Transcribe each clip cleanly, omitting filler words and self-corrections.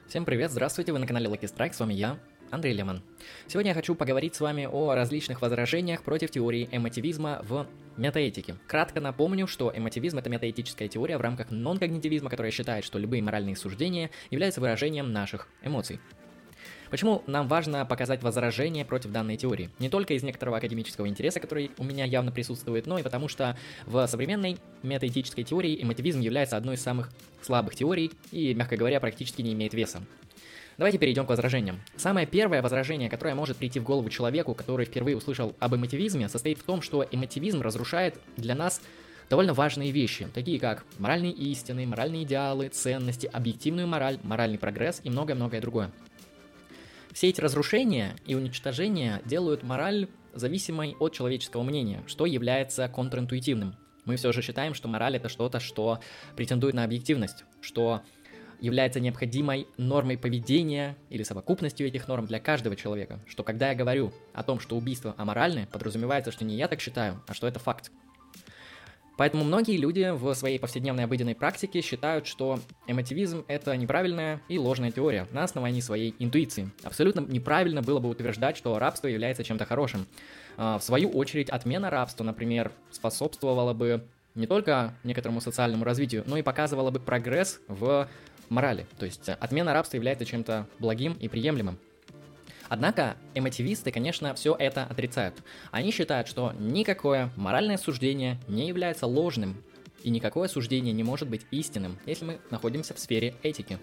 Всем привет, здравствуйте, вы на канале Lucky Strike, с вами я, Андрей Лемон. Сегодня я хочу поговорить с вами о различных возражениях против теории эмотивизма в метаэтике. Кратко напомню, что эмотивизм — это метаэтическая теория в рамках нон-когнитивизма, которая считает, что любые моральные суждения являются выражением наших эмоций. Почему нам важно показать возражение против данной теории? Не только из некоторого академического интереса, который у меня явно присутствует, но и потому что в современной метаэтической теории эмотивизм является одной из самых слабых теорий и, мягко говоря, практически не имеет веса. Давайте перейдем к возражениям. Самое первое возражение, которое может прийти в голову человеку, который впервые услышал об эмотивизме, состоит в том, что эмотивизм разрушает для нас довольно важные вещи, такие как моральные истины, моральные идеалы, ценности, объективную мораль, моральный прогресс и многое-многое другое. Все эти разрушения и уничтожения делают мораль зависимой от человеческого мнения, что является контринтуитивным. Мы все же считаем, что мораль — это что-то, что претендует на объективность, что является необходимой нормой поведения или совокупностью этих норм для каждого человека, что когда я говорю о том, что убийства аморальны, подразумевается, что не я так считаю, а что это факт. Поэтому многие люди в своей повседневной обыденной практике считают, что эмотивизм — это неправильная и ложная теория на основании своей интуиции. Абсолютно неправильно было бы утверждать, что рабство является чем-то хорошим. В свою очередь, отмена рабства, например, способствовала бы не только некоторому социальному развитию, но и показывала бы прогресс в морали. То есть отмена рабства является чем-то благим и приемлемым. Однако эмотивисты, конечно, все это отрицают. Они считают, что никакое моральное суждение не является ложным, и никакое суждение не может быть истинным, если мы находимся в сфере этики.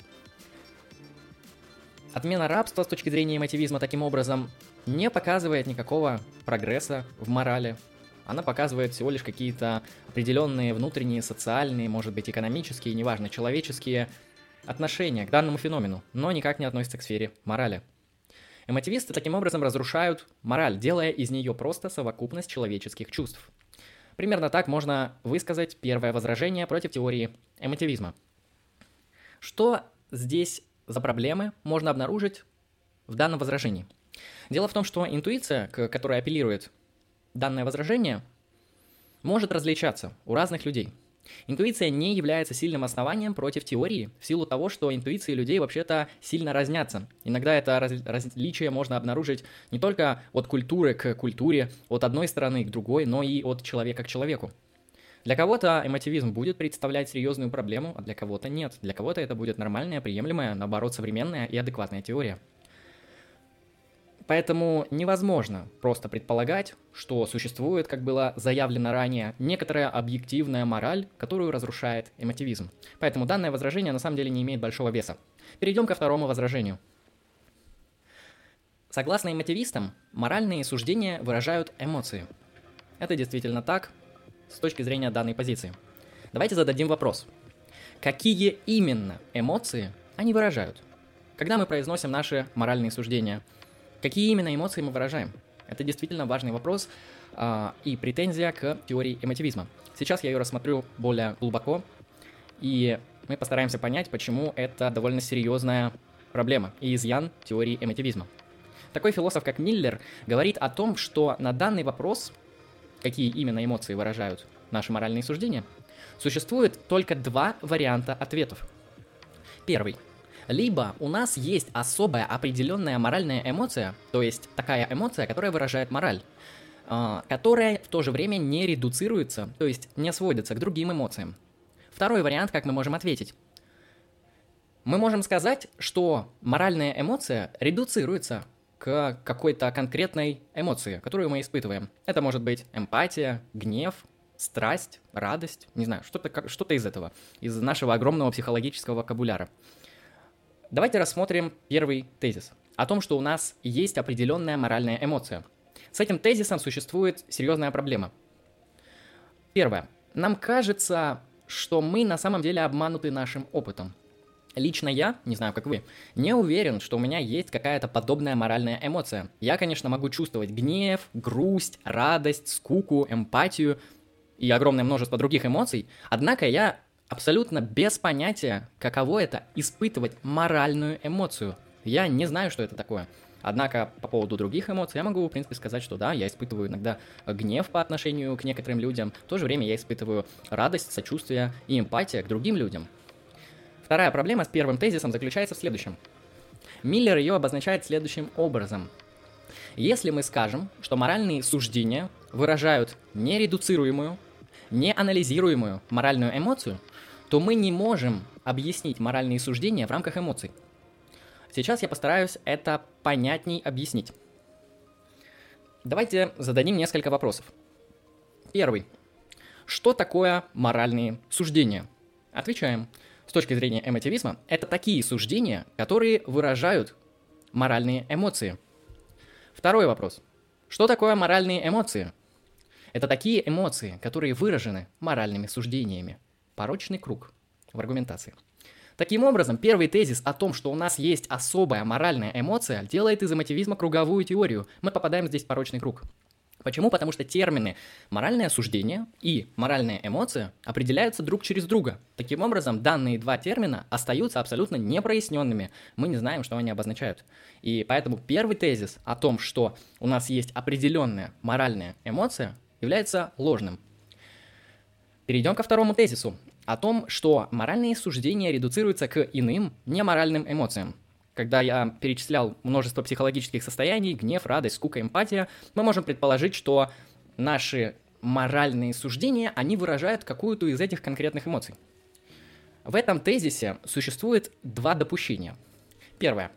Отмена рабства с точки зрения эмотивизма таким образом не показывает никакого прогресса в морали. Она показывает всего лишь какие-то определенные внутренние, социальные, может быть, экономические, неважно, человеческие отношения к данному феномену, но никак не относится к сфере морали. Эмотивисты таким образом разрушают мораль, делая из нее просто совокупность человеческих чувств. Примерно так можно высказать первое возражение против теории эмотивизма. Что здесь за проблемы можно обнаружить в данном возражении? Дело в том, что интуиция, к которой апеллирует данное возражение, может различаться у разных людей. Интуиция не является сильным основанием против теории в силу того, что интуиции людей вообще-то сильно разнятся. Иногда это различие можно обнаружить не только от культуры к культуре, от одной стороны к другой, но и от человека к человеку. Для кого-то эмотивизм будет представлять серьезную проблему, а для кого-то нет. Для кого-то это будет нормальная, приемлемая, наоборот, современная и адекватная теория. Поэтому невозможно просто предполагать, что существует, как было заявлено ранее, некоторая объективная мораль, которую разрушает эмотивизм. Поэтому данное возражение на самом деле не имеет большого веса. Перейдем ко второму возражению. Согласно эмотивистам, моральные суждения выражают эмоции. Это действительно так с точки зрения данной позиции. Давайте зададим вопрос. Какие именно эмоции они выражают? Когда мы произносим наши моральные суждения, какие именно эмоции мы выражаем? Это действительно важный вопрос и претензия к теории эмотивизма. Сейчас я ее рассмотрю более глубоко, и мы постараемся понять, почему это довольно серьезная проблема и изъян теории эмотивизма. Такой философ, как Миллер, говорит о том, что на данный вопрос, какие именно эмоции выражают наши моральные суждения, существует только два варианта ответов. Первый. Либо у нас есть особая определенная моральная эмоция, то есть такая эмоция, которая выражает мораль, которая в то же время не редуцируется, то есть не сводится к другим эмоциям. Второй вариант, как мы можем ответить. Мы можем сказать, что моральная эмоция редуцируется к какой-то конкретной эмоции, которую мы испытываем. Это может быть эмпатия, гнев, страсть, радость, не знаю, что-то из этого, из нашего огромного психологического вокабуляра. Давайте рассмотрим первый тезис о том, что у нас есть определенная моральная эмоция. С этим тезисом существует серьезная проблема. Первое. Нам кажется, что мы на самом деле обмануты нашим опытом. Лично я, не знаю, как вы, не уверен, что у меня есть какая-то подобная моральная эмоция. Я, конечно, могу чувствовать гнев, грусть, радость, скуку, эмпатию и огромное множество других эмоций, однако я абсолютно без понятия, каково это испытывать моральную эмоцию. Я не знаю, что это такое. Однако по поводу других эмоций я могу, в принципе, сказать, что да, я испытываю иногда гнев по отношению к некоторым людям. В то же время я испытываю радость, сочувствие и эмпатия к другим людям. Вторая проблема с первым тезисом заключается в следующем. Миллер ее обозначает следующим образом. Если мы скажем, что моральные суждения выражают нередуцируемую, неанализируемую моральную эмоцию, то мы не можем объяснить моральные суждения в рамках эмоций. Сейчас я постараюсь это понятней объяснить. Давайте зададим несколько вопросов. Первый. Что такое моральные суждения? Отвечаем. С точки зрения эмотивизма, это такие суждения, которые выражают моральные эмоции. Второй вопрос. Что такое моральные эмоции? Это такие эмоции, которые выражены моральными суждениями. Порочный круг в аргументации. Таким образом, первый тезис о том, что у нас есть особая моральная эмоция, делает из эмотивизма круговую теорию. Мы попадаем здесь в порочный круг. Почему? Потому что термины «моральное суждение» и «моральная эмоция» определяются друг через друга. Таким образом, данные два термина остаются абсолютно непроясненными. Мы не знаем, что они обозначают. И поэтому первый тезис о том, что у нас есть определенная моральная эмоция, является ложным. Перейдем ко второму тезису о том, что моральные суждения редуцируются к иным, неморальным эмоциям. Когда я перечислял множество психологических состояний, гнев, радость, скука, эмпатия, мы можем предположить, что наши моральные суждения, они выражают какую-то из этих конкретных эмоций. В этом тезисе существует два допущения. Первое.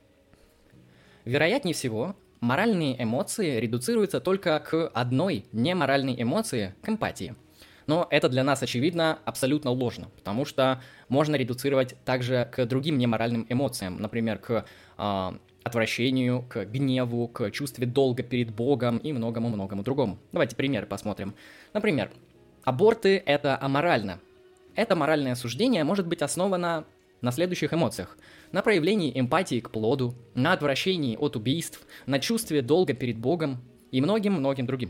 Вероятнее всего, моральные эмоции редуцируются только к одной неморальной эмоции, к эмпатии. Но это для нас, очевидно, абсолютно ложно, потому что можно редуцировать также к другим неморальным эмоциям, например, к отвращению, к гневу, к чувству долга перед Богом и многому-многому другому. Давайте примеры посмотрим. Например, аборты – это аморально. Это моральное суждение может быть основано на следующих эмоциях. На проявлении эмпатии к плоду, на отвращении от убийств, на чувстве долга перед Богом и многим-многим другим.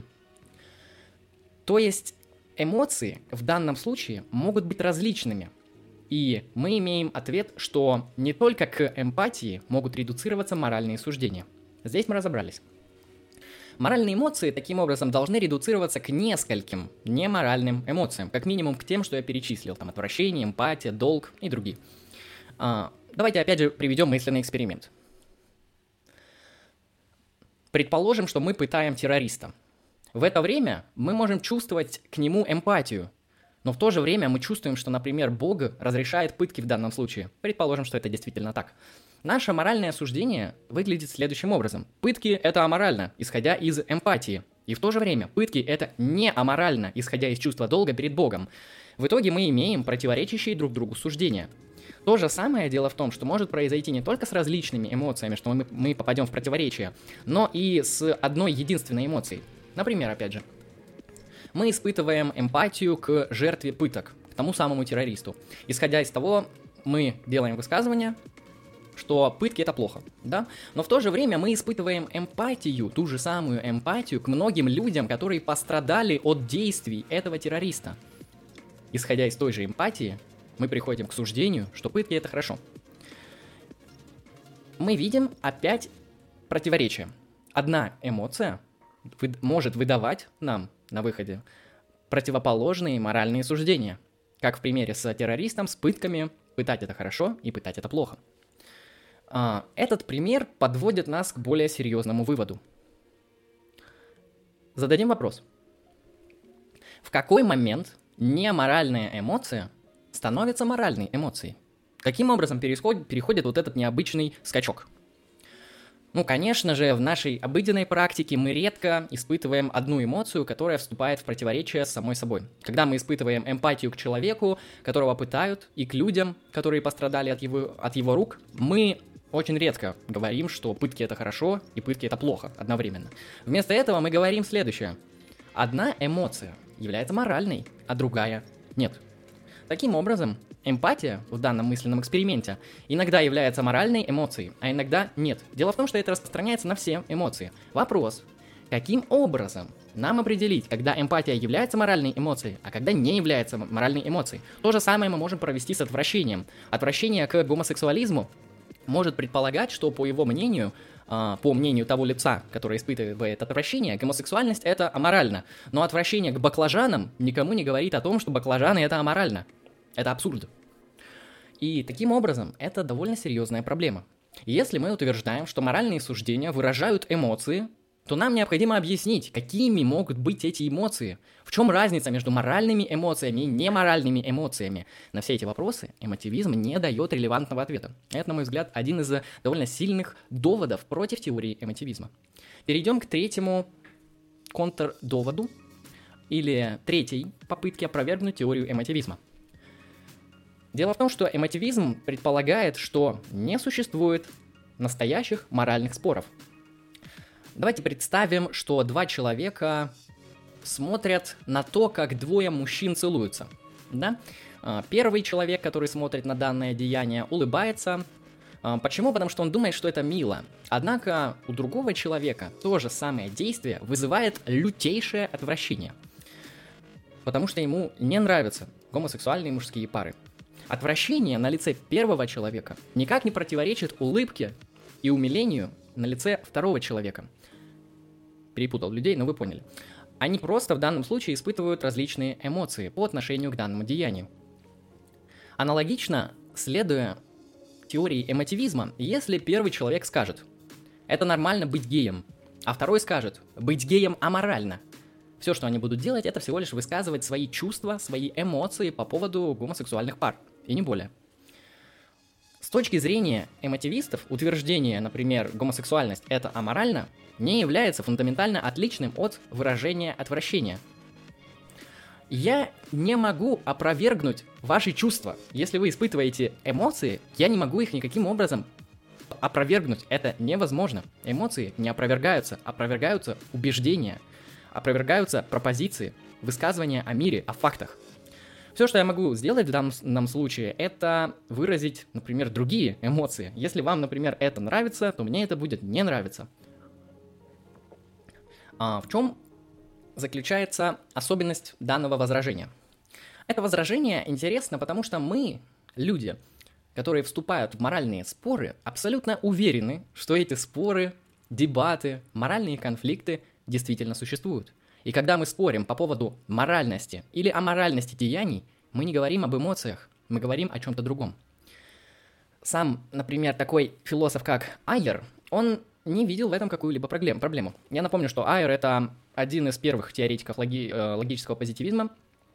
То есть эмоции в данном случае могут быть различными. И мы имеем ответ, что не только к эмпатии могут редуцироваться моральные суждения. Здесь мы разобрались. Моральные эмоции таким образом должны редуцироваться к нескольким неморальным эмоциям, как минимум к тем, что я перечислил, там отвращение, эмпатия, долг и другие. Давайте опять же приведем мысленный эксперимент. Предположим, что мы пытаем террориста. В это время мы можем чувствовать к нему эмпатию, но в то же время мы чувствуем, что, например, Бог разрешает пытки в данном случае. Предположим, что это действительно так. Наше моральное суждение выглядит следующим образом. Пытки – это аморально, исходя из эмпатии. И в то же время пытки – это не аморально, исходя из чувства долга перед Богом. В итоге мы имеем противоречащие друг другу суждения. То же самое дело в том, что может произойти не только с различными эмоциями, что мы попадем в противоречие, но и с одной единственной эмоцией. Например, опять же, мы испытываем эмпатию к жертве пыток, к тому самому террористу. Исходя из того, мы делаем высказывание, что пытки это плохо, да? Но в то же время мы испытываем эмпатию, ту же самую эмпатию к многим людям, которые пострадали от действий этого террориста. Исходя из той же эмпатии, мы приходим к суждению, что пытки это хорошо. Мы видим опять противоречие. Одна эмоция может выдавать нам на выходе противоположные моральные суждения. Как в примере с террористом, с пытками. Пытать это хорошо и пытать это плохо. Этот пример подводит нас к более серьезному выводу. Зададим вопрос. В какой момент неморальная эмоция становится моральной эмоцией? Каким образом переходит вот этот необычный скачок? Ну, конечно же, в нашей обыденной практике мы редко испытываем одну эмоцию, которая вступает в противоречие с самой собой. Когда мы испытываем эмпатию к человеку, которого пытают, и к людям, которые пострадали от его рук, мы очень редко говорим, что пытки это хорошо и пытки это плохо одновременно. Вместо этого мы говорим следующее. Одна эмоция является моральной, а другая нет. Таким образом, эмпатия в данном мысленном эксперименте иногда является моральной эмоцией, а иногда нет. Дело в том, что это распространяется на все эмоции. Вопрос, каким образом нам определить, когда эмпатия является моральной эмоцией, а когда не является моральной эмоцией? То же самое мы можем провести с отвращением. Отвращение к гомосексуализму может предполагать, что, по его мнению, по мнению того лица, который испытывает отвращение, гомосексуальность это аморально. Но отвращение к баклажанам никому не говорит о том, что баклажаны это аморально. Это абсурд. И таким образом, это довольно серьезная проблема. Если мы утверждаем, что моральные суждения выражают эмоции, то нам необходимо объяснить, какими могут быть эти эмоции, в чем разница между моральными эмоциями и неморальными эмоциями. На все эти вопросы эмотивизм не дает релевантного ответа. Это, на мой взгляд, один из довольно сильных доводов против теории эмотивизма. Перейдем к третьему контрдоводу, или третьей попытке опровергнуть теорию эмотивизма. Дело в том, что эмотивизм предполагает, что не существует настоящих моральных споров. Давайте представим, что два человека смотрят на то, как двое мужчин целуются. Да? Первый человек, который смотрит на данное деяние, улыбается. Почему? Потому что он думает, что это мило. Однако у другого человека то же самое действие вызывает лютейшее отвращение. Потому что ему не нравятся гомосексуальные мужские пары. Отвращение на лице первого человека никак не противоречит улыбке и умилению на лице второго человека. Перепутал людей, но вы поняли. Они просто в данном случае испытывают различные эмоции по отношению к данному деянию. Аналогично, следуя теории эмотивизма, если первый человек скажет «это нормально быть геем», а второй скажет «быть геем аморально», все, что они будут делать, это всего лишь высказывать свои чувства, свои эмоции по поводу гомосексуальных пар, и не более. С точки зрения эмотивистов, утверждение, например, гомосексуальность – это аморально, не является фундаментально отличным от выражения отвращения. Я не могу опровергнуть ваши чувства. Если вы испытываете эмоции, я не могу их никаким образом опровергнуть. Это невозможно. Эмоции не опровергаются. Опровергаются убеждения. Опровергаются пропозиции, высказывания о мире, о фактах. Все, что я могу сделать в данном случае, это выразить, например, другие эмоции. Если вам, например, это нравится, то мне это будет не нравиться. В чем заключается особенность данного возражения? Это возражение интересно, потому что мы, люди, которые вступают в моральные споры, абсолютно уверены, что эти споры, дебаты, моральные конфликты действительно существуют. И когда мы спорим по поводу моральности или аморальности деяний, мы не говорим об эмоциях, мы говорим о чем-то другом. Сам, например, такой философ, как Айер, он не видел в этом какую-либо проблему. Я напомню, что Айер — это один из первых теоретиков логического позитивизма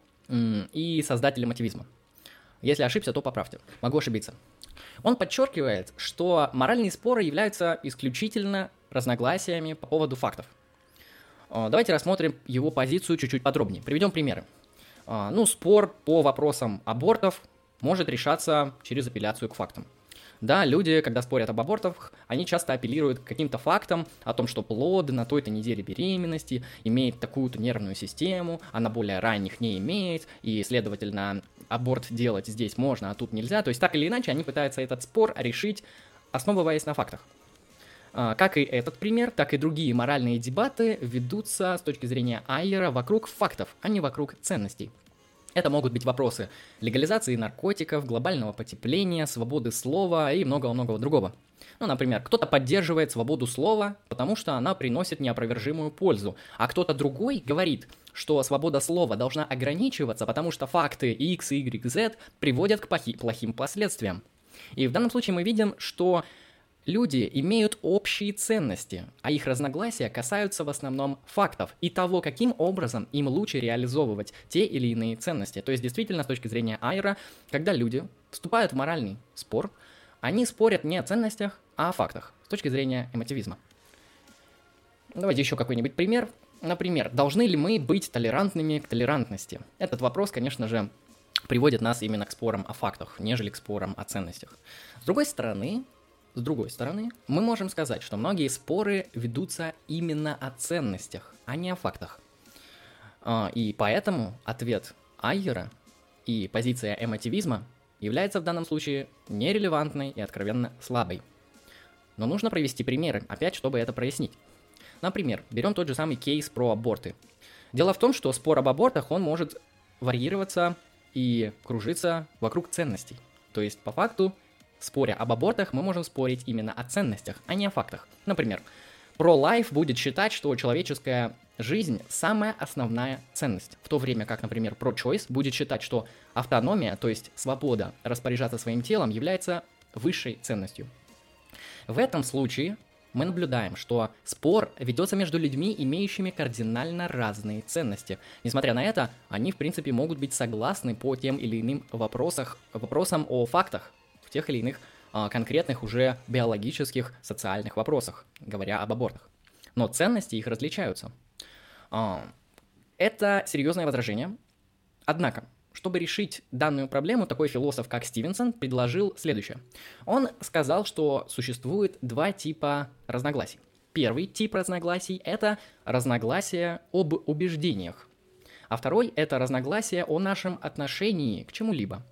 и создатель эмотивизма. Если ошибся, то поправьте. Могу ошибиться. Он подчеркивает, что моральные споры являются исключительно разногласиями по поводу фактов. Давайте рассмотрим его позицию чуть-чуть подробнее. Приведем примеры. Спор по вопросам абортов может решаться через апелляцию к фактам. Да, люди, когда спорят об абортах, они часто апеллируют к каким-то фактам о том, что плод на той-то неделе беременности имеет такую-то нервную систему, а на более ранних не имеет, и, следовательно, аборт делать здесь можно, а тут нельзя. То есть, так или иначе, они пытаются этот спор решить, основываясь на фактах. Как и этот пример, так и другие моральные дебаты ведутся с точки зрения Айера вокруг фактов, а не вокруг ценностей. Это могут быть вопросы легализации наркотиков, глобального потепления, свободы слова и много-много другого. Например, кто-то поддерживает свободу слова, потому что она приносит неопровержимую пользу, а кто-то другой говорит, что свобода слова должна ограничиваться, потому что факты X, Y, Z приводят к плохим последствиям. И в данном случае мы видим, что люди имеют общие ценности, а их разногласия касаются в основном фактов и того, каким образом им лучше реализовывать те или иные ценности. То есть, действительно, с точки зрения Айера, когда люди вступают в моральный спор, они спорят не о ценностях, а о фактах, с точки зрения эмотивизма. Давайте еще какой-нибудь пример. Например, должны ли мы быть толерантными к толерантности? Этот вопрос, конечно же, приводит нас именно к спорам о фактах, нежели к спорам о ценностях. С другой стороны, мы можем сказать, что многие споры ведутся именно о ценностях, а не о фактах. И поэтому ответ Айера и позиция эмотивизма является в данном случае нерелевантной и откровенно слабой. Но нужно привести примеры, опять, чтобы это прояснить. Например, берем тот же самый кейс про аборты. Дело в том, что спор об абортах, он может варьироваться и кружиться вокруг ценностей. То есть, по факту, споря об абортах, мы можем спорить именно о ценностях, а не о фактах. Например, pro-life будет считать, что человеческая жизнь – самая основная ценность, в то время как, например, pro-choice будет считать, что автономия, то есть свобода распоряжаться своим телом, является высшей ценностью. В этом случае мы наблюдаем, что спор ведется между людьми, имеющими кардинально разные ценности. Несмотря на это, они в принципе могут быть согласны по тем или иным вопросам о фактах в тех или иных конкретных уже биологических, социальных вопросах, говоря об абортах. Но ценности их различаются. Это серьезное возражение. Однако, чтобы решить данную проблему, такой философ, как Стивенсон, предложил следующее. Он сказал, что существует два типа разногласий. Первый тип разногласий – это разногласия об убеждениях. А второй – это разногласия о нашем отношении к чему-либо.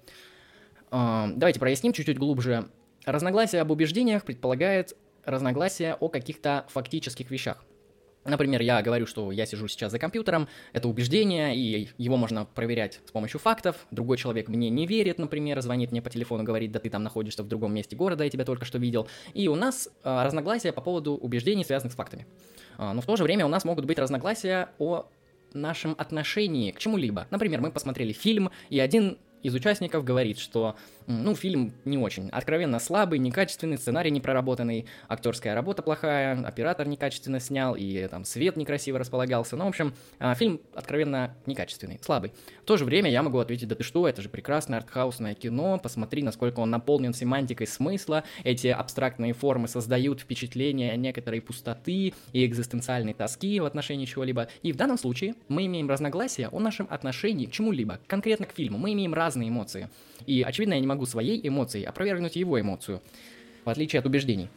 Давайте проясним чуть-чуть глубже. Разногласие об убеждениях предполагает разногласия о каких-то фактических вещах. Например, я говорю, что я сижу сейчас за компьютером, это убеждение, и его можно проверять с помощью фактов. Другой человек мне не верит, например, звонит мне по телефону, говорит, да ты там находишься в другом месте города, я тебя только что видел. И у нас разногласия по поводу убеждений, связанных с фактами. Но в то же время у нас могут быть разногласия о нашем отношении к чему-либо. Например, мы посмотрели фильм, и один из участников говорит, что, фильм не очень, откровенно слабый, некачественный, сценарий непроработанный, актерская работа плохая, оператор некачественно снял, и там свет некрасиво располагался. В общем, фильм откровенно некачественный, слабый. В то же время я могу ответить, да ты что, это же прекрасное артхаусное кино, посмотри, насколько он наполнен семантикой смысла, эти абстрактные формы создают впечатление некоторой пустоты и экзистенциальной тоски в отношении чего-либо. И в данном случае мы имеем разногласия о нашем отношении к чему-либо, конкретно к фильму. Мы имеем разные эмоции. И, очевидно, я не могу своей эмоцией опровергнуть его эмоцию, в отличие от убеждений.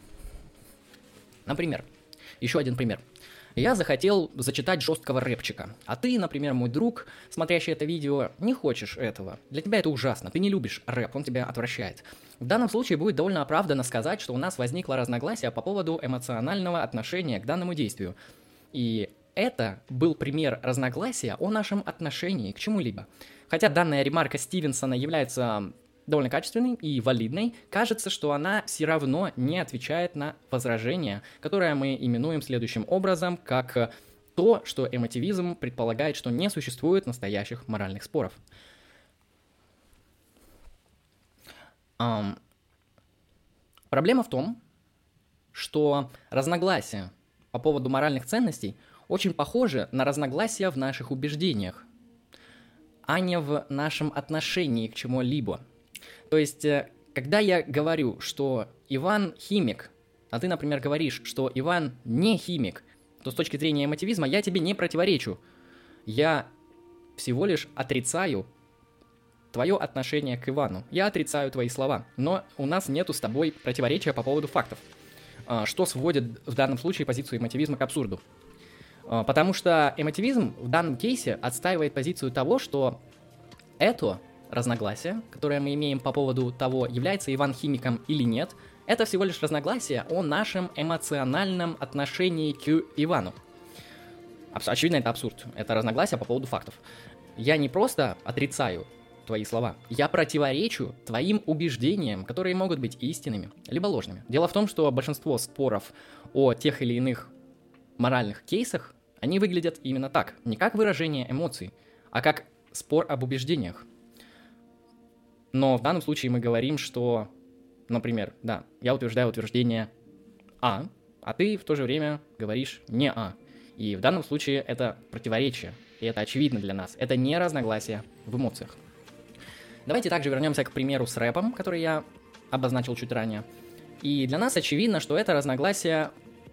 Например, еще один пример. Я захотел зачитать жесткого рэпчика, а ты, например, мой друг, смотрящий это видео, не хочешь этого. Для тебя это ужасно, ты не любишь рэп, он тебя отвращает. В данном случае будет довольно оправданно сказать, что у нас возникло разногласие по поводу эмоционального отношения к данному действию. И это был пример разногласия о нашем отношении к чему-либо. Хотя данная ремарка Стивенсона является довольно качественной и валидной, кажется, что она все равно не отвечает на возражение, которое мы именуем следующим образом, как то, что эмотивизм предполагает, что не существует настоящих моральных споров. Проблема в том, что разногласия по поводу моральных ценностей очень похожи на разногласия в наших убеждениях, а не в нашем отношении к чему-либо. То есть, когда я говорю, что Иван химик, а ты, например, говоришь, что Иван не химик, то с точки зрения эмотивизма я тебе не противоречу. Я всего лишь отрицаю твое отношение к Ивану. Я отрицаю твои слова, но у нас нету с тобой противоречия по поводу фактов, что сводит в данном случае позицию эмотивизма к абсурду. Потому что эмотивизм в данном кейсе отстаивает позицию того, что это разногласие, которое мы имеем по поводу того, является Иван химиком или нет, это всего лишь разногласие о нашем эмоциональном отношении к Ивану. Очевидно, это абсурд. Это разногласие по поводу фактов. Я не просто отрицаю твои слова, я противоречу твоим убеждениям, которые могут быть истинными, либо ложными. Дело в том, что большинство споров о тех или иных моральных кейсах, они выглядят именно так. Не как выражение эмоций, а как спор об убеждениях. Но в данном случае мы говорим, что, например, да, я утверждаю утверждение А, а ты в то же время говоришь не А. И в данном случае это противоречие, и это очевидно для нас. Это не разногласие в эмоциях. Давайте также вернемся к примеру с рэпом, который я обозначил чуть ранее. И для нас очевидно, что это разногласие.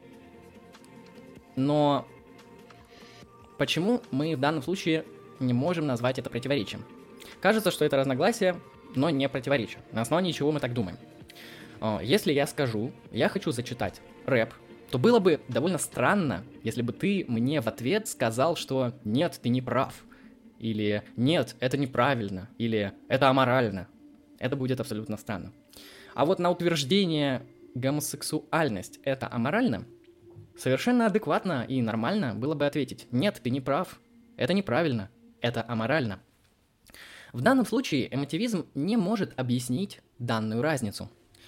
Но почему мы в данном случае не можем назвать это противоречием? Кажется, что это разногласие, но не противоречие. На основании чего мы так думаем? Если я скажу, я хочу зачитать рэп, то было бы довольно странно, если бы ты мне в ответ сказал, что нет, ты не прав, или нет, это неправильно, или это аморально. Это будет абсолютно странно. А вот на утверждение гомосексуальность это аморально, совершенно адекватно и нормально было бы ответить: нет, ты не прав, это неправильно, это аморально. В данном случае эмотивизм не может объяснить данную разницу.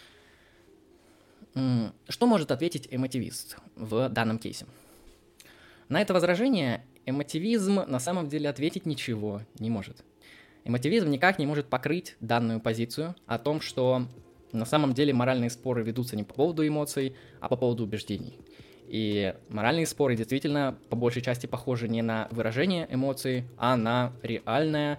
Что может ответить эмотивист в данном кейсе? На это возражение эмотивизм на самом деле ответить ничего не может. Эмотивизм никак не может покрыть данную позицию о том, что На самом деле моральные споры ведутся не по поводу эмоций, а по поводу убеждений. И моральные споры действительно по большей части похожи не на выражение эмоций, а на реальное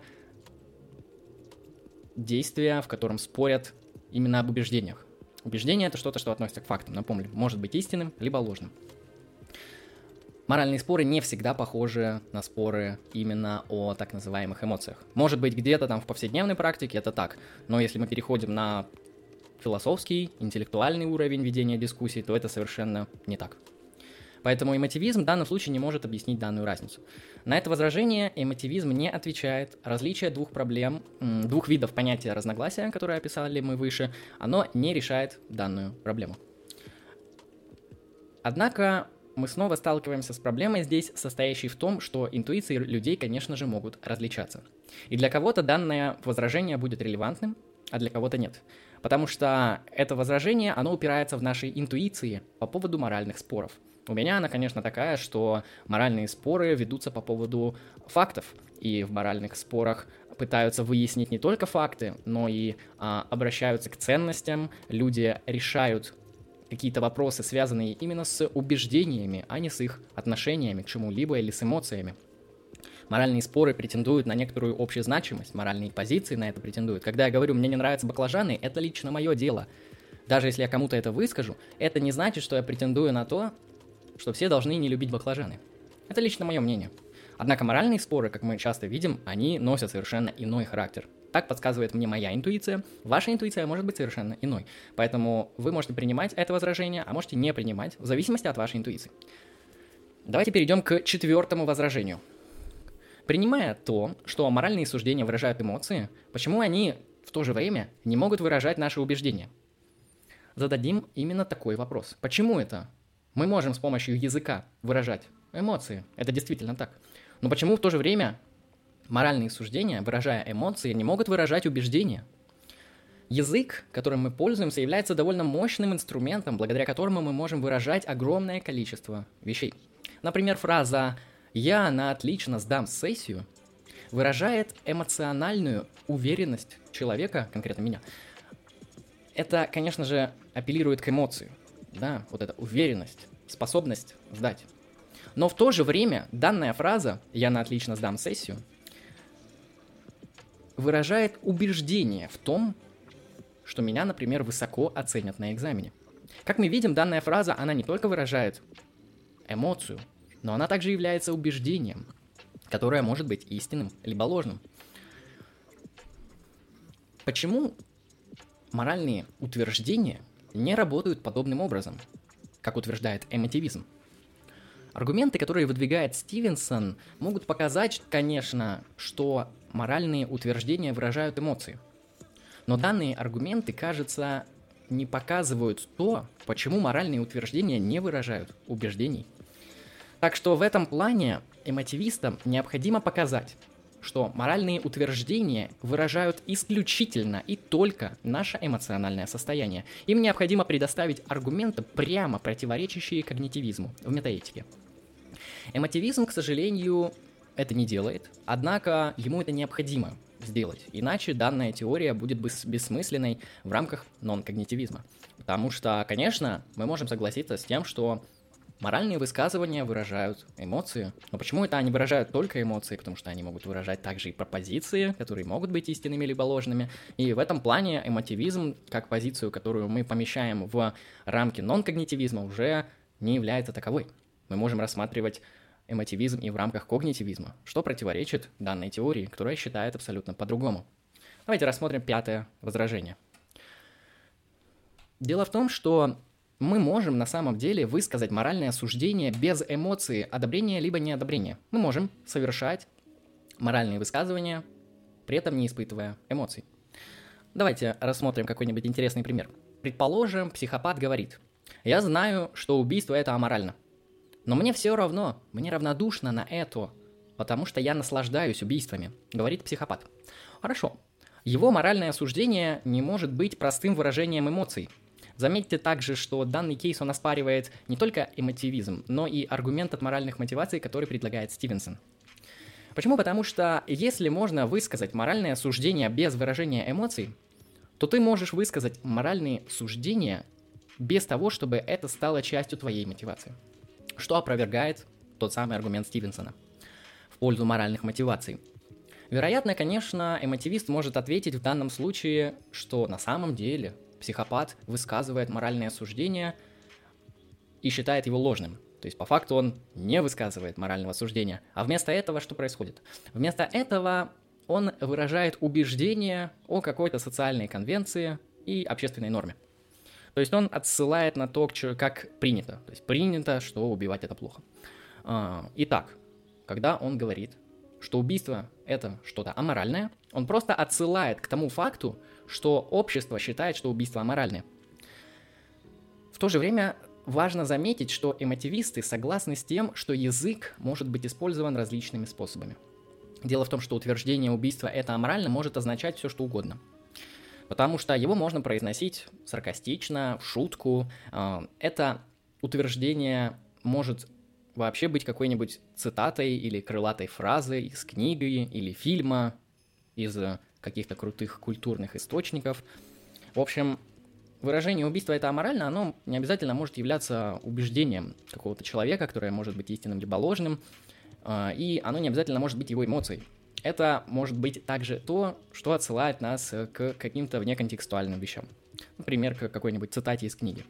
действие, в котором спорят именно об убеждениях. Убеждение — это что-то, что относится к фактам. Напомню, может быть истинным, либо ложным. Моральные споры не всегда похожи на споры именно о так называемых эмоциях. Может быть, где-то там в повседневной практике это так, но если мы переходим на философский, интеллектуальный уровень ведения дискуссий, то это совершенно не так. Поэтому эмотивизм в данном случае не может объяснить данную разницу. На это возражение эмотивизм не отвечает. Различие двух видов понятия разногласия, которые описали мы выше, оно не решает данную проблему. Однако мы снова сталкиваемся с проблемой здесь, состоящей в том, что интуиции людей, конечно же, могут различаться. И для кого-то данное возражение будет релевантным, а для кого-то нет. Потому что это возражение, оно упирается в наши интуиции по поводу моральных споров. У меня она, конечно, такая, что моральные споры ведутся по поводу фактов, и в моральных спорах пытаются выяснить не только факты, но и обращаются к ценностям, люди решают какие-то вопросы, связанные именно с убеждениями, а не с их отношениями к чему-либо или с эмоциями. Моральные споры претендуют на некоторую общую значимость, моральные позиции на это претендуют. Когда я говорю, мне не нравятся баклажаны, это лично мое дело. Даже если я кому-то это выскажу, это не значит, что я претендую на то, что все должны не любить баклажаны. Это лично мое мнение. Однако моральные споры, как мы часто видим, они носят совершенно иной характер. Так подсказывает мне моя интуиция. Ваша интуиция может быть совершенно иной. Поэтому вы можете принимать это возражение, а можете не принимать, в зависимости от вашей интуиции. Давайте перейдем к 4-му возражению. Принимая то, что моральные суждения выражают эмоции, почему они в то же время не могут выражать наши убеждения? Зададим именно такой вопрос. Почему это? Мы можем с помощью языка выражать эмоции. Это действительно так. Но почему в то же время моральные суждения, выражая эмоции, не могут выражать убеждения? Язык, которым мы пользуемся, является довольно мощным инструментом, благодаря которому мы можем выражать огромное количество вещей. Например, фраза «я на отлично сдам сессию» выражает эмоциональную уверенность человека, конкретно меня. Это, конечно же, апеллирует к эмоции. Да, вот эта уверенность, способность сдать. Но в то же время данная фраза «я на отлично сдам сессию» выражает убеждение в том, что меня, например, высоко оценят на экзамене. Как мы видим, данная фраза, она не только выражает эмоцию, но она также является убеждением, которое может быть истинным либо ложным. Почему моральные утверждения не работают подобным образом, как утверждает эмотивизм? Аргументы, которые выдвигает Стивенсон, могут показать, конечно, что моральные утверждения выражают эмоции. Но данные аргументы, кажется, не показывают то, почему моральные утверждения не выражают убеждений. Так что в этом плане эмотивистам необходимо показать, что моральные утверждения выражают исключительно и только наше эмоциональное состояние. Им необходимо предоставить аргументы, прямо противоречащие когнитивизму в метаэтике. Эмотивизм, к сожалению, это не делает, однако ему это необходимо сделать, иначе данная теория будет бессмысленной в рамках нон-когнитивизма. Потому что, конечно, мы можем согласиться с тем, что моральные высказывания выражают эмоции. Но почему это они выражают только эмоции? Потому что они могут выражать также и пропозиции, которые могут быть истинными либо ложными. И в этом плане эмотивизм, как позицию, которую мы помещаем в рамки нон-когнитивизма, уже не является таковой. Мы можем рассматривать эмотивизм и в рамках когнитивизма, что противоречит данной теории, которая считает абсолютно по-другому. Давайте рассмотрим 5-е возражение. Дело в том, что мы можем на самом деле высказать моральное суждение без эмоции одобрения либо неодобрения. Мы можем совершать моральные высказывания, при этом не испытывая эмоций. Давайте рассмотрим какой-нибудь интересный пример. Предположим, психопат говорит: «Я знаю, что убийство – это аморально. Но мне все равно, мне равнодушно на это, потому что я наслаждаюсь убийствами», — говорит психопат. Хорошо. Его моральное суждение не может быть простым выражением эмоций. Заметьте также, что данный кейс он оспаривает не только эмотивизм, но и аргумент от моральных мотиваций, который предлагает Стивенсон. Почему? Потому что если можно высказать моральное суждение без выражения эмоций, то ты можешь высказать моральные суждения без того, чтобы это стало частью твоей мотивации. Что опровергает тот самый аргумент Стивенсона в пользу моральных мотиваций. Вероятно, конечно, эмотивист может ответить в данном случае, что на самом деле психопат высказывает моральное суждение и считает его ложным. То есть, по факту, он не высказывает морального суждения. А вместо этого что происходит? Вместо этого он выражает убеждение о какой-то социальной конвенции и общественной норме. То есть он отсылает на то, как принято. То есть принято, что убивать это плохо. Итак, когда он говорит, что убийство это что-то аморальное, он просто отсылает к тому факту, что общество считает, что убийство аморальное. В то же время важно заметить, что эмотивисты согласны с тем, что язык может быть использован различными способами. Дело в том, что утверждение убийства это аморально может означать все, что угодно. Потому что его можно произносить саркастично, в шутку. Это утверждение может вообще быть какой-нибудь цитатой или крылатой фразой из книги или фильма, из каких-то крутых культурных источников. В общем, выражение убийства это аморально, оно не обязательно может являться убеждением какого-то человека, которое может быть истинным либо ложным, и оно не обязательно может быть его эмоцией. Это может быть также то, что отсылает нас к каким-то внеконтекстуальным вещам. Например, к какой-нибудь цитате из книги.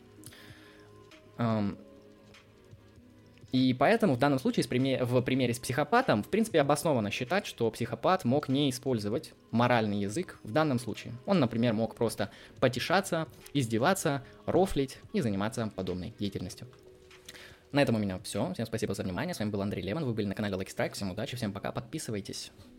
И поэтому в данном случае в примере с психопатом, в принципе, обоснованно считать, что психопат мог не использовать моральный язык в данном случае. Он, например, мог просто потешаться, издеваться, рофлить и заниматься подобной деятельностью. На этом у меня все. Всем спасибо за внимание. С вами был Андрей Лемон. Вы были на канале Like Strike. Всем удачи, всем пока. Подписывайтесь.